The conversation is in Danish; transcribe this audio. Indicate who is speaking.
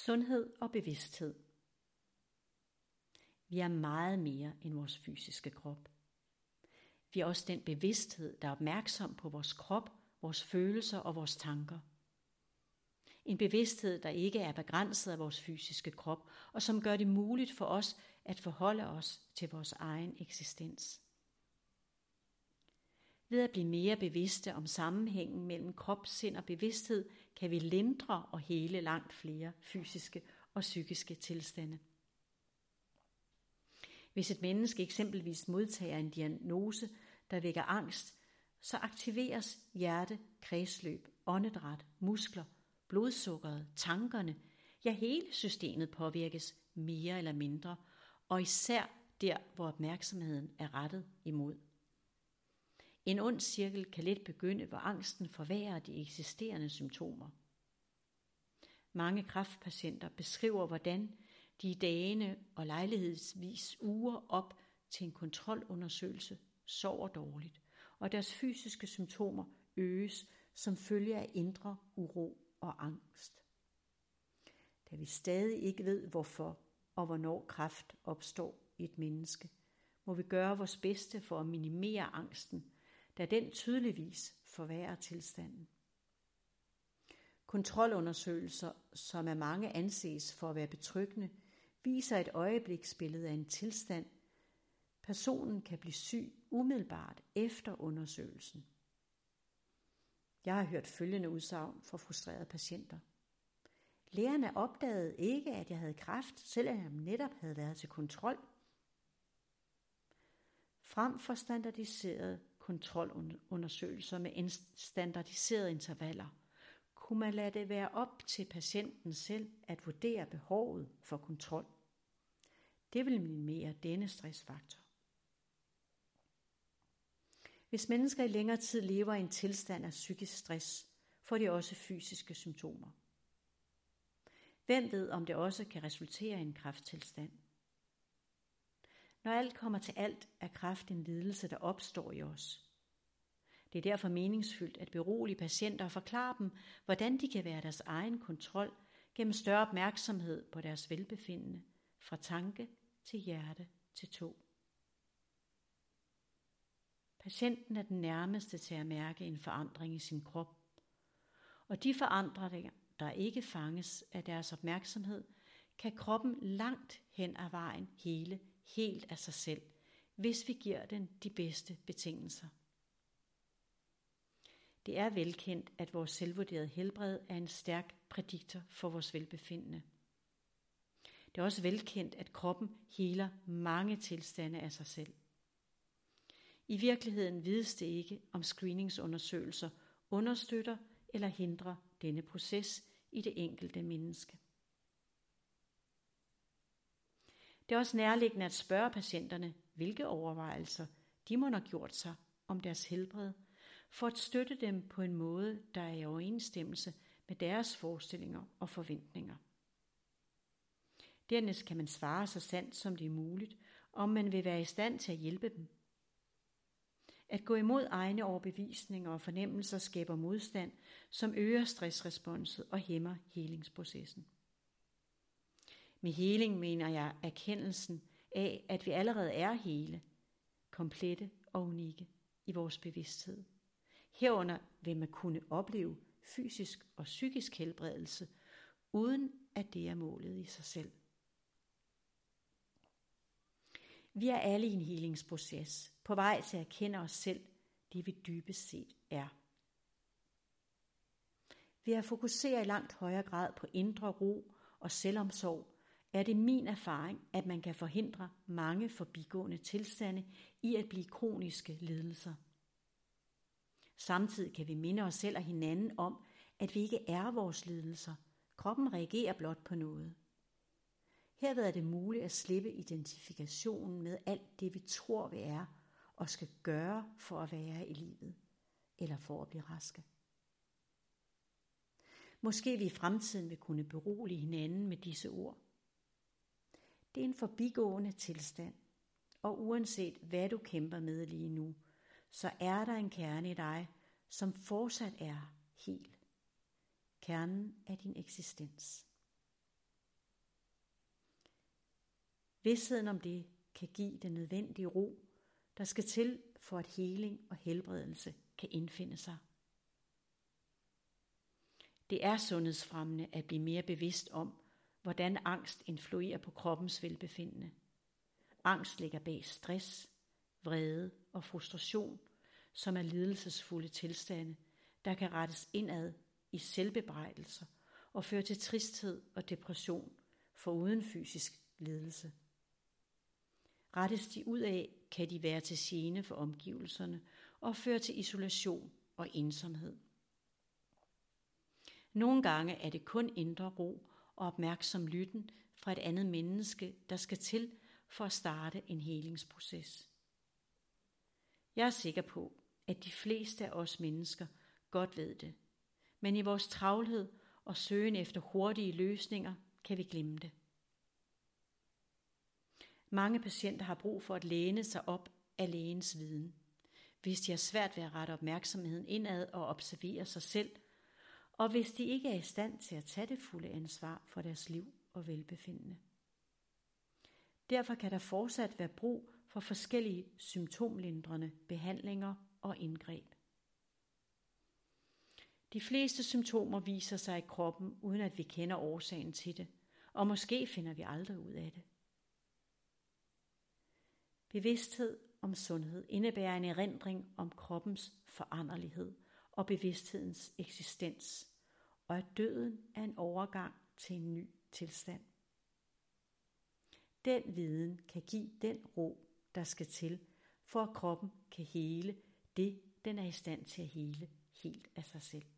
Speaker 1: Sundhed og bevidsthed. Vi er meget mere end vores fysiske krop. Vi er også den bevidsthed, der er opmærksom på vores krop, vores følelser og vores tanker. En bevidsthed, der ikke er begrænset af vores fysiske krop, og som gør det muligt for os at forholde os til vores egen eksistens. Ved at blive mere bevidste om sammenhængen mellem krop, sind og bevidsthed, kan vi lindre og hele langt flere fysiske og psykiske tilstande. Hvis et menneske eksempelvis modtager en diagnose, der vækker angst, så aktiveres hjerte, kredsløb, åndedræt, muskler, blodsukkeret, tankerne, ja hele systemet påvirkes mere eller mindre, og især der, hvor opmærksomheden er rettet imod. En ond cirkel kan let begynde, hvor angsten forværrer de eksisterende symptomer. Mange kræftpatienter beskriver, hvordan de i dagene og lejlighedsvis uger op til en kontrolundersøgelse sover dårligt, og deres fysiske symptomer øges som følge af indre uro og angst. Da vi stadig ikke ved, hvorfor og hvornår kræft opstår i et menneske, må vi gøre vores bedste for at minimere angsten, da den tydeligvis forværrer tilstanden. Kontrolundersøgelser, som af mange anses for at være betryggende, viser et øjebliksbillede af en tilstand. Personen kan blive syg umiddelbart efter undersøgelsen. Jeg har hørt følgende udsagn fra frustrerede patienter. Lægerne opdagede ikke, at jeg havde kræft, selvom jeg netop havde været til kontrol. Frem for standardiserede kontrolundersøgelser med standardiserede intervaller, kunne man lade det være op til patienten selv at vurdere behovet for kontrol. Det vil minimere denne stressfaktor. Hvis mennesker i længere tid lever i en tilstand af psykisk stress, får de også fysiske symptomer. Hvem ved, om det også kan resultere i en kræfttilstand? Når alt kommer til alt, er kræft en lidelse, der opstår i os. Det er derfor meningsfyldt at berolige patienter og forklare dem, hvordan de kan være deres egen kontrol gennem større opmærksomhed på deres velbefindende, fra tanke til hjerte til tog. Patienten er den nærmeste til at mærke en forandring i sin krop, og de forandringer, der ikke fanges af deres opmærksomhed, kan kroppen langt hen ad vejen hele helt af sig selv, hvis vi giver den de bedste betingelser. Det er velkendt, at vores selvvurderede helbred er en stærk prædiktor for vores velbefindende. Det er også velkendt, at kroppen heler mange tilstande af sig selv. I virkeligheden vides det ikke, om screeningsundersøgelser understøtter eller hindrer denne proces i det enkelte menneske. Det er også nærliggende at spørge patienterne, hvilke overvejelser de må have gjort sig om deres helbred, for at støtte dem på en måde, der er i overensstemmelse med deres forestillinger og forventninger. Dernæst kan man svare så sandt som det er muligt, om man vil være i stand til at hjælpe dem. At gå imod egne overbevisninger og fornemmelser skaber modstand, som øger stressresponset og hæmmer helingsprocessen. Med heling mener jeg erkendelsen af, at vi allerede er hele, komplette og unikke i vores bevidsthed. Herunder vil man kunne opleve fysisk og psykisk helbredelse, uden at det er målet i sig selv. Vi er alle i en helingsproces, på vej til at erkende os selv, det vi dybest set er. Ved at fokusere i langt højere grad på indre ro og selvomsorg, er det min erfaring, at man kan forhindre mange forbigående tilstande i at blive kroniske lidelser. Samtidig kan vi minde os selv og hinanden om, at vi ikke er vores lidelser. Kroppen reagerer blot på noget. Herved er det muligt at slippe identifikationen med alt det, vi tror, vi er og skal gøre for at være i livet, eller for at blive raske. Måske vi i fremtiden vil kunne berolige hinanden med disse ord. Det er en forbigående tilstand, og uanset hvad du kæmper med lige nu, så er der en kerne i dig, som fortsat er hel. Kernen af din eksistens. Vidstheden om det kan give den nødvendige ro, der skal til for at heling og helbredelse kan indfinde sig. Det er sundhedsfremmende at blive mere bevidst om, hvordan angst influerer på kroppens velbefindende. Angst ligger bag stress, vrede og frustration, som er lidelsesfulde tilstande, der kan rettes indad i selvbebrejdelser og føre til tristhed og depression foruden fysisk lidelse. Rettes de ud af, kan de være til gene for omgivelserne og føre til isolation og ensomhed. Nogle gange er det kun indre ro og opmærksom lytten fra et andet menneske, der skal til for at starte en helingsproces. Jeg er sikker på, at de fleste af os mennesker godt ved det, men i vores travlhed og søgen efter hurtige løsninger kan vi glemme det. Mange patienter har brug for at læne sig op af lægens viden, hvis de har svært ved at rette opmærksomheden indad og observere sig selv, og hvis de ikke er i stand til at tage det fulde ansvar for deres liv og velbefindende. Derfor kan der fortsat være brug for forskellige symptomlindrende behandlinger og indgreb. De fleste symptomer viser sig i kroppen, uden at vi kender årsagen til det, og måske finder vi aldrig ud af det. Bevidsthed om sundhed indebærer en erindring om kroppens foranderlighed og bevidsthedens eksistens, og at døden er en overgang til en ny tilstand. Den viden kan give den ro, der skal til, for at kroppen kan hele det, den er i stand til at hele helt af sig selv.